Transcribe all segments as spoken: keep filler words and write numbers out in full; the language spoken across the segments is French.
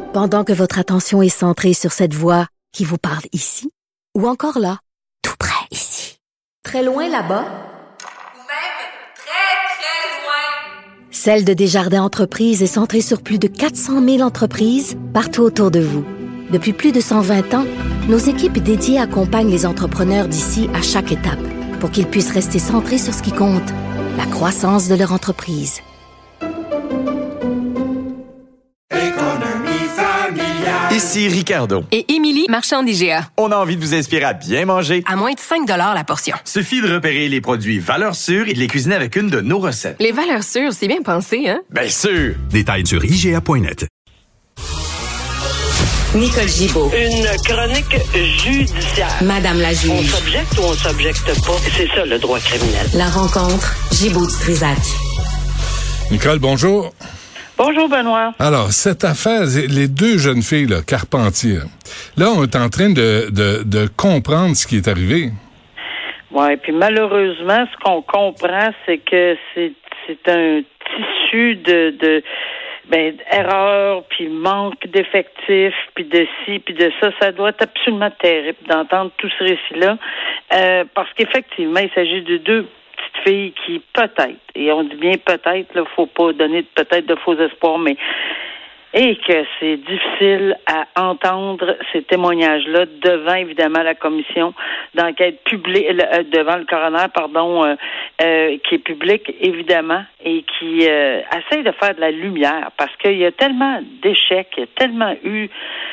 Pendant que votre attention est centrée sur cette voix qui vous parle ici, ou encore là, tout près ici, très loin là-bas, ou même très, très loin. Celle de Desjardins Entreprises est centrée sur plus de quatre cent mille entreprises partout autour de vous. Depuis plus de cent vingt ans, nos équipes dédiées accompagnent les entrepreneurs d'ici à chaque étape pour qu'ils puissent rester centrés sur ce qui compte, la croissance de leur entreprise. Ici Ricardo. Et Émilie, marchand d'I G A. On a envie de vous inspirer à bien manger. À moins de cinq dollars la portion. Suffit de repérer les produits valeurs sûres et de les cuisiner avec une de nos recettes. Les valeurs sûres, c'est bien pensé, hein? Bien sûr! Détails sur I G A point net. Nicole Gibaud. Une chronique judiciaire. Madame la juge. On s'objecte ou on s'objecte pas. C'est ça, le droit criminel. La rencontre, Gibaud-Strisac. Nicole, bonjour. Bonjour, Benoît. Alors, cette affaire, les deux jeunes filles, là, Carpentier, là, on est en train de, de, de comprendre ce qui est arrivé. Oui, puis malheureusement, ce qu'on comprend, c'est que c'est, c'est un tissu de... de Ben, erreur, puis manque d'effectifs, puis de ci, puis de ça. Ça doit être absolument terrible d'entendre tout ce récit-là, euh, parce qu'effectivement, il s'agit de deux petites filles qui, peut-être, et on dit bien peut-être, là, faut pas donner peut-être de faux espoirs, mais et que c'est difficile à entendre ces témoignages-là devant, évidemment, la commission d'enquête publique, euh, devant le coroner, pardon, euh, euh, qui est public, évidemment, et qui euh, essaye de faire de la lumière, parce qu'il y a tellement d'échecs, il y a tellement eu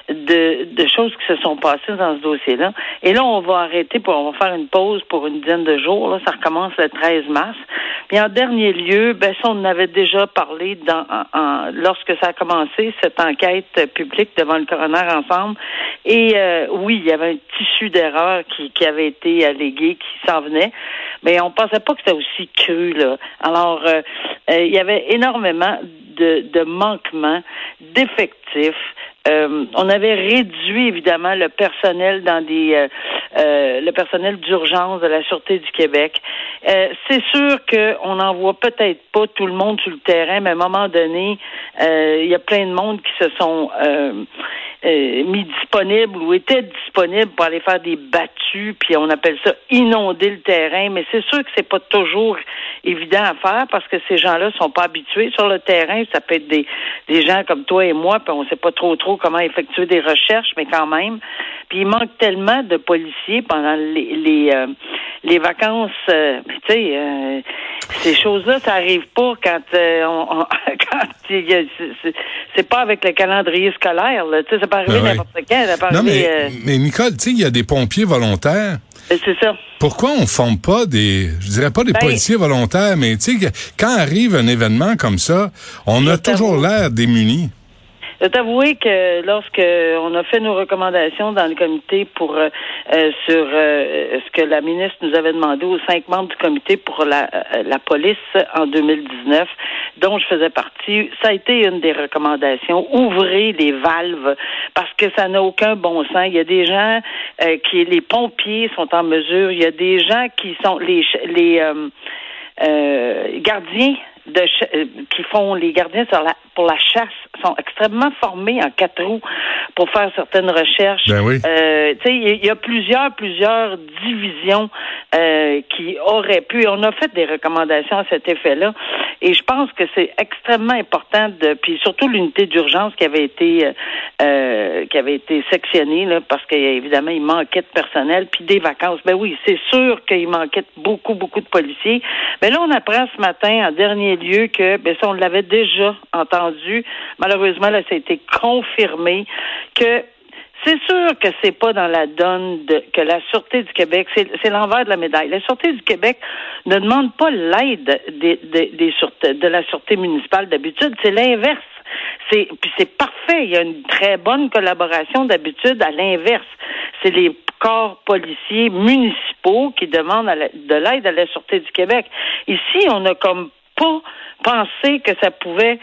de, de choses qui se sont passées dans ce dossier-là. Et là, on va arrêter, pour, on va faire une pause pour une dizaine de jours, là, ça recommence le treize mars. Puis en dernier lieu, ben ça, on en avait déjà parlé dans, en, en, lorsque ça a commencé, cette enquête publique devant le coroner ensemble. Et euh, oui, il y avait un tissu d'erreurs qui, qui avait été allégué, qui s'en venait, mais on pensait pas que c'était aussi cru, là. Alors, euh, euh, il y avait énormément de, de manquements, d'effectifs. Euh, on avait réduit, évidemment, le personnel dans des euh, euh, le personnel d'urgence de la Sûreté du Québec. Euh, c'est sûr qu'on n'envoie peut-être pas tout le monde sur le terrain, mais à un moment donné, euh, il y a plein de monde qui se sont euh, euh, mis disponibles ou étaient disponibles pour aller faire des battues, puis on appelle ça inonder le terrain, mais c'est sûr que c'est pas toujours évident à faire parce que ces gens-là sont pas habitués sur le terrain. Ça peut être des, des gens comme toi et moi, puis on sait pas trop trop comment effectuer des recherches, mais quand même. Puis il manque tellement de policiers pendant les les, euh, les vacances. Euh, tu sais, euh, ces choses-là, ça arrive pas quand euh, on, on quand il y a, c'est, c'est pas avec le calendrier scolaire. Tu sais, ça peut arriver ah n'importe oui. quand. Ça peut non, arriver, mais, euh... mais Nicole, tu sais, il y a des pompiers volontaires. C'est ça. Pourquoi on forme pas des, je dirais pas des ben, policiers volontaires, mais tu sais, quand arrive un événement comme ça, on a toujours l'air démunis. Je dois t'avouer que lorsque on a fait nos recommandations dans le comité pour euh, sur euh, ce que la ministre nous avait demandé aux cinq membres du comité pour la, euh, la police en deux mille dix-neuf, dont je faisais partie, ça a été une des recommandations. Ouvrez les valves parce que ça n'a aucun bon sens. Il y a des gens euh, qui, les pompiers sont en mesure. Il y a des gens qui sont les les euh, euh, gardiens de ch- qui font les gardiens sur la, pour la chasse sont extrêmement formés en quatre roues pour faire certaines recherches. Ben oui. Euh, tu sais, il y a plusieurs, plusieurs divisions euh, qui auraient pu. On a fait des recommandations à cet effet-là, et je pense que c'est extrêmement important de, puis surtout l'unité d'urgence qui avait été, euh, qui avait été sectionnée là, parce qu'évidemment il manquait de personnel, puis des vacances. Ben oui, c'est sûr qu'il manquait beaucoup, beaucoup de policiers. Mais là, on apprend ce matin en dernier lieu que, ben ça, on l'avait déjà entendu. Malheureusement, là, ça a été confirmé que c'est sûr que c'est pas dans la donne de, que la Sûreté du Québec, c'est, c'est l'envers de la médaille. La Sûreté du Québec ne demande pas l'aide des, des, des sûretés, de la Sûreté municipale d'habitude, c'est l'inverse. C'est, puis c'est parfait, il y a une très bonne collaboration d'habitude à l'inverse. C'est les corps policiers municipaux qui demandent à la, de l'aide à la Sûreté du Québec. Ici, on a comme pas pensé que ça pouvait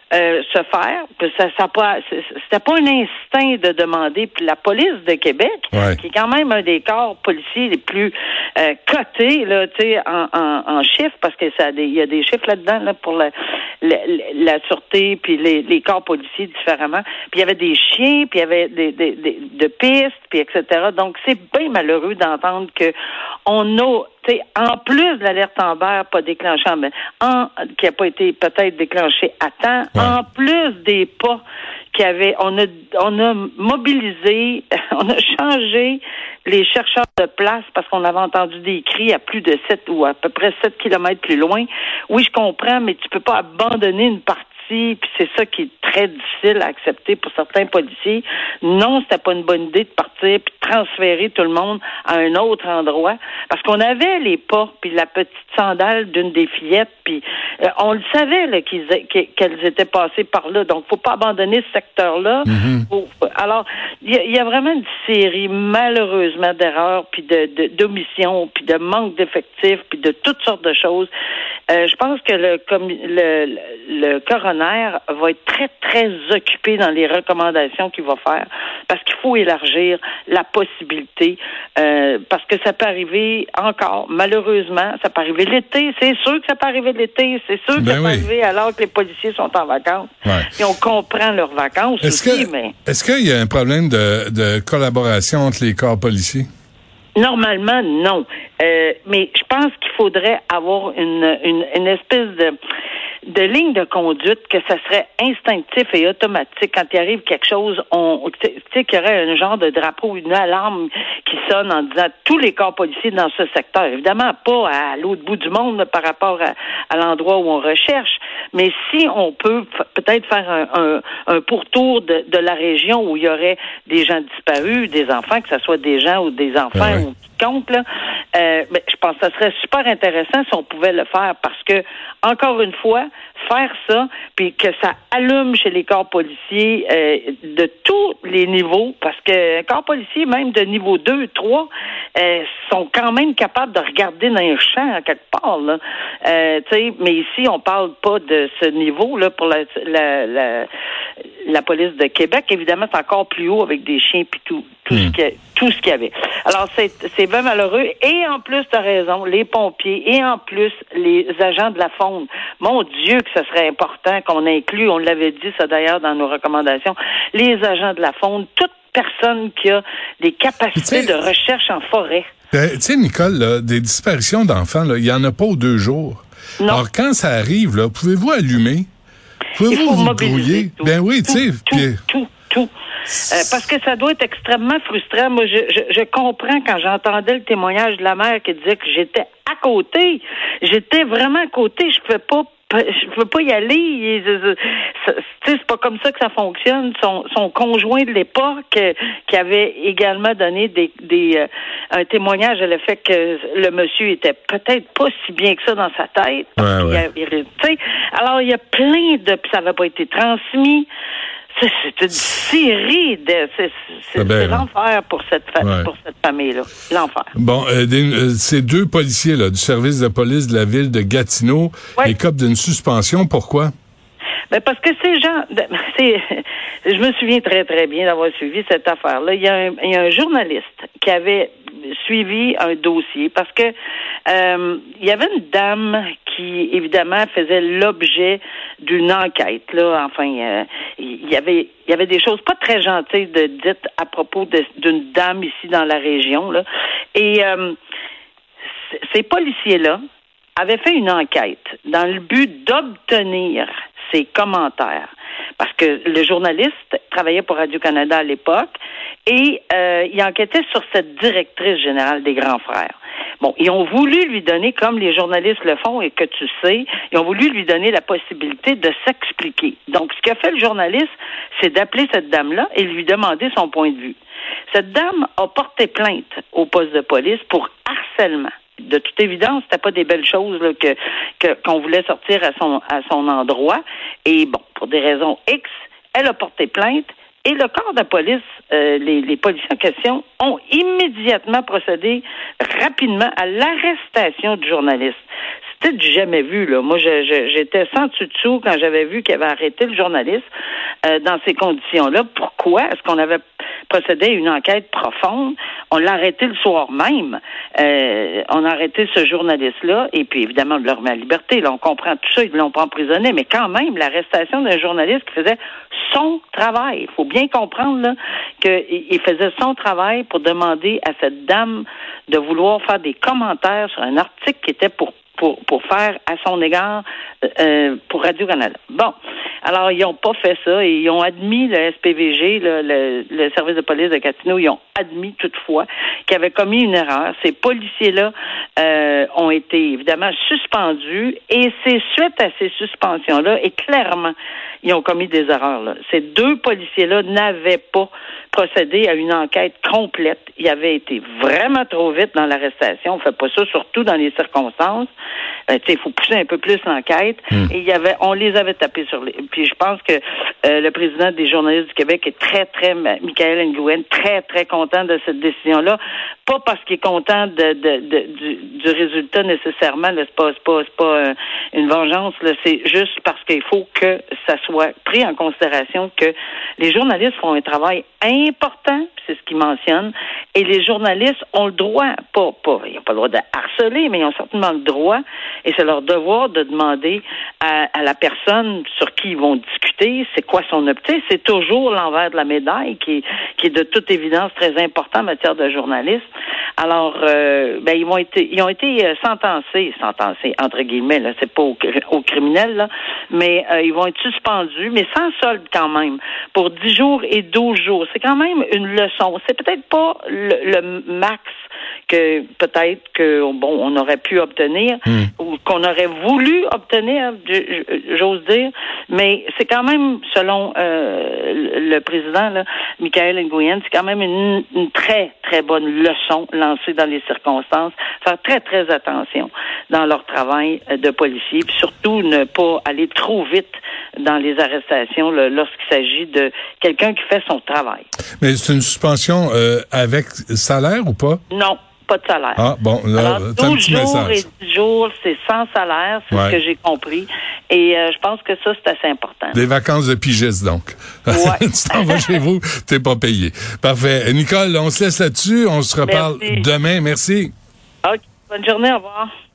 euh, se faire. Puis ça, ça pas, c'était pas un instinct de demander. Puis la police de Québec, ouais. qui est quand même un des corps policiers les plus euh, cotés là, tu sais, en, en, en chiffres, parce que ça, il y a des chiffres là-dedans là pour la, la, la sûreté, puis les, les corps policiers différemment. Puis il y avait des chiens, puis il y avait des, des, des de pistes, puis et cetera. Donc c'est bien malheureux d'entendre que on a, tu sais, en plus de l'alerte Amber pas déclenchée, mais en qui a pas été peut-être déclenchée à temps, ouais. en plus des pas qui avaient, on a on a mobilisé, on a changé les chercheurs de place parce qu'on avait entendu des cris à plus de sept ou à peu près sept kilomètres plus loin. Oui, je comprends, mais tu peux pas abandonner une partie. Puis c'est ça qui est très difficile à accepter pour certains policiers. Non, c'était pas une bonne idée de partir puis de transférer tout le monde à un autre endroit parce qu'on avait les pas puis la petite sandale d'une des fillettes puis euh, on le savait là, qu'ils, qu'elles étaient passées par là. Donc faut pas abandonner ce secteur-là. Mm-hmm. Faut, alors il y, y a vraiment une série malheureusement d'erreurs puis de, de d'omissions puis de manque d'effectifs puis de toutes sortes de choses. Euh, je pense que le comme le, le, le coroner va être très, très occupé dans les recommandations qu'il va faire parce qu'il faut élargir la possibilité euh, parce que ça peut arriver encore, malheureusement, ça peut arriver l'été, c'est sûr que ça peut arriver l'été, c'est sûr que ben ça oui. peut arriver alors que les policiers sont en vacances. Ouais. Et on comprend leurs vacances est-ce aussi, que, mais... Est-ce qu'il y a un problème de, de collaboration entre les corps policiers? Normalement, non. Euh, mais je pense qu'il faudrait avoir une, une, une espèce de... de ligne de conduite que ça serait instinctif et automatique quand il arrive quelque chose, on tu sais qu'il y aurait un genre de drapeau, une alarme qui sonne en disant tous les corps policiers dans ce secteur. Évidemment pas à l'autre bout du monde là, par rapport à, à l'endroit où on recherche, mais si on peut f- peut-être faire un, un, un pourtour de, de la région où il y aurait des gens disparus, des enfants, que ce soit des gens ou des enfants ah oui. ou qui comptent là, euh, ben, je pense que ça serait super intéressant si on pouvait le faire parce que encore une fois faire ça, puis que ça allume chez les corps policiers euh, de tous les niveaux, parce que corps policiers, même de niveau deux, trois, euh, sont quand même capables de regarder dans un champ à quelque part, là. Euh, tu sais, mais ici, on parle pas de ce niveau-là pour la, la, la, la police de Québec. Évidemment, c'est encore plus haut avec des chiens puis tout, tout mmh. ce qu'il y a, tout ce qu'il y avait. Alors, c'est, c'est bien malheureux. Et en plus, tu as raison, les pompiers et en plus, les agents de la faune. Mon Dieu, que ce serait important qu'on inclue, on l'avait dit ça d'ailleurs dans nos recommandations, les agents de la faune, toute personne qui a des capacités de recherche en forêt. Euh, tu sais, Nicole, là, des disparitions d'enfants, il n'y en a pas aux deux jours. Non. Alors, quand ça arrive, là, pouvez-vous allumer? Pouvez-vous vous brouiller? Tout. Ben oui, tu sais. Tout, puis... tout, tout. Euh, parce que ça doit être extrêmement frustrant. Moi, je, je, je comprends quand j'entendais le témoignage de la mère qui disait que j'étais à côté. J'étais vraiment à côté. Je pouvais pas Je peux pas y aller. Tu sais, c'est pas comme ça que ça fonctionne. Son, son conjoint de l'époque, euh, qui avait également donné des, des euh, un témoignage à le fait que le monsieur était peut-être pas si bien que ça dans sa tête. Ouais, ouais. Il y a, alors, il y a plein de... Puis ça n'avait pas été transmis. C'est, c'est une série de... C'est, c'est, ben, c'est l'enfer pour cette, fa- ouais. pour cette famille-là. L'enfer. Bon, euh, des, euh, ces deux policiers là, du service de police de la ville de Gatineau ouais. écopent d'une suspension. Pourquoi? Ben parce que ces gens... C'est, je me souviens très, très bien d'avoir suivi cette affaire-là. Il y a un, il y a un journaliste qui avait suivi un dossier parce que euh, il y avait une dame qui, évidemment, faisait l'objet d'une enquête. Là, enfin, euh, il y avait, il y avait des choses pas très gentilles de dites à propos de, d'une dame ici dans la région. Là, et euh, c- ces policiers-là avaient fait une enquête dans le but d'obtenir ses commentaires. Parce que le journaliste travaillait pour Radio-Canada à l'époque et euh, il enquêtait sur cette directrice générale des Grands Frères. Bon, ils ont voulu lui donner, comme les journalistes le font et que tu sais, ils ont voulu lui donner la possibilité de s'expliquer. Donc, ce qu'a fait le journaliste, c'est d'appeler cette dame-là et lui demander son point de vue. Cette dame a porté plainte au poste de police pour harcèlement. De toute évidence, c'était pas des belles choses là, que, que qu'on voulait sortir à son à son endroit. Et bon, pour des raisons X, elle a porté plainte Et le corps de police, euh, les, les policiers en question, ont immédiatement procédé rapidement à l'arrestation du journaliste. C'était du jamais vu, là. Moi, je, je, j'étais sans dessus-dessous quand j'avais vu qu'il avait arrêté le journaliste euh, dans ces conditions-là. Pourquoi? Est-ce qu'on avait procédé à une enquête profonde? On l'a arrêté le soir même. Euh, on a arrêté ce journaliste-là, et puis évidemment, on le remet à la liberté. Là, on comprend tout ça, ils ne l'ont pas emprisonné, mais quand même, l'arrestation d'un journaliste qui faisait son travail. Il faut bien comprendre là qu'il faisait son travail pour demander à cette dame de vouloir faire des commentaires sur un article qui était pour Pour, pour faire à son égard euh, pour Radio-Canada. Bon, alors ils n'ont pas fait ça et ils ont admis, le S P V G, le, le, le service de police de Gatineau, ils ont admis toutefois qu'ils avaient commis une erreur. Ces policiers-là euh, ont été évidemment suspendus et c'est suite à ces suspensions-là et clairement, ils ont commis des erreurs. Là. Ces deux policiers-là n'avaient pas procédé à une enquête complète. Ils avaient été vraiment trop vite dans l'arrestation. On fait pas ça, surtout dans les circonstances. Euh, il faut pousser un peu plus l'enquête. Mmh. Et il y avait, on les avait tapés sur les. Puis je pense que euh, le président des journalistes du Québec est très, très, Michael Nguyen, très, très content de cette décision-là. Pas parce qu'il est content de, de, de du, du résultat nécessairement. Là, c'est pas, c'est pas, c'est pas euh, une vengeance. Là, c'est juste parce qu'il faut que ça soit pris en considération que les journalistes font un travail important, c'est ce qu'ils mentionnent, et les journalistes ont le droit, pas, pas, ils n'ont pas le droit de harceler, mais ils ont certainement le droit, et c'est leur devoir de demander à, à la personne sur qui ils vont discuter, c'est quoi son optique, c'est toujours l'envers de la médaille qui, qui est de toute évidence très important en matière de journalisme. Alors, euh, ben ils vont été, ils ont été sentencés, sentencés entre guillemets, là, c'est pas au, au criminel, là, mais euh, ils vont être suspendus, mais sans solde quand même, pour dix jours et douze jours. C'est quand même une leçon. C'est peut-être pas le, le max que peut-être que bon on aurait pu obtenir mmh. ou qu'on aurait voulu obtenir, j'ose dire, mais c'est quand même selon euh, le président là, Michael Nguyen, c'est quand même une, une très très bonne leçon lancée dans les circonstances. Faire très très attention dans leur travail de policier, puis surtout ne pas aller trop vite dans les arrestations là, lorsqu'il s'agit de quelqu'un qui fait son travail. Mais c'est une suspension euh, avec salaire ou pas? Non. Pas de salaire. Ah, bon, là, alors, douze jours et dix jours, c'est sans salaire, c'est ouais. ce que j'ai compris. Et euh, je pense que ça, c'est assez important. Des vacances de pigiste, donc. Ouais. Tu t'en vas chez vous, t'es pas payé. Parfait. Nicole, on se laisse là-dessus. On se reparle Merci. demain. Merci. OK. Bonne journée. Au revoir.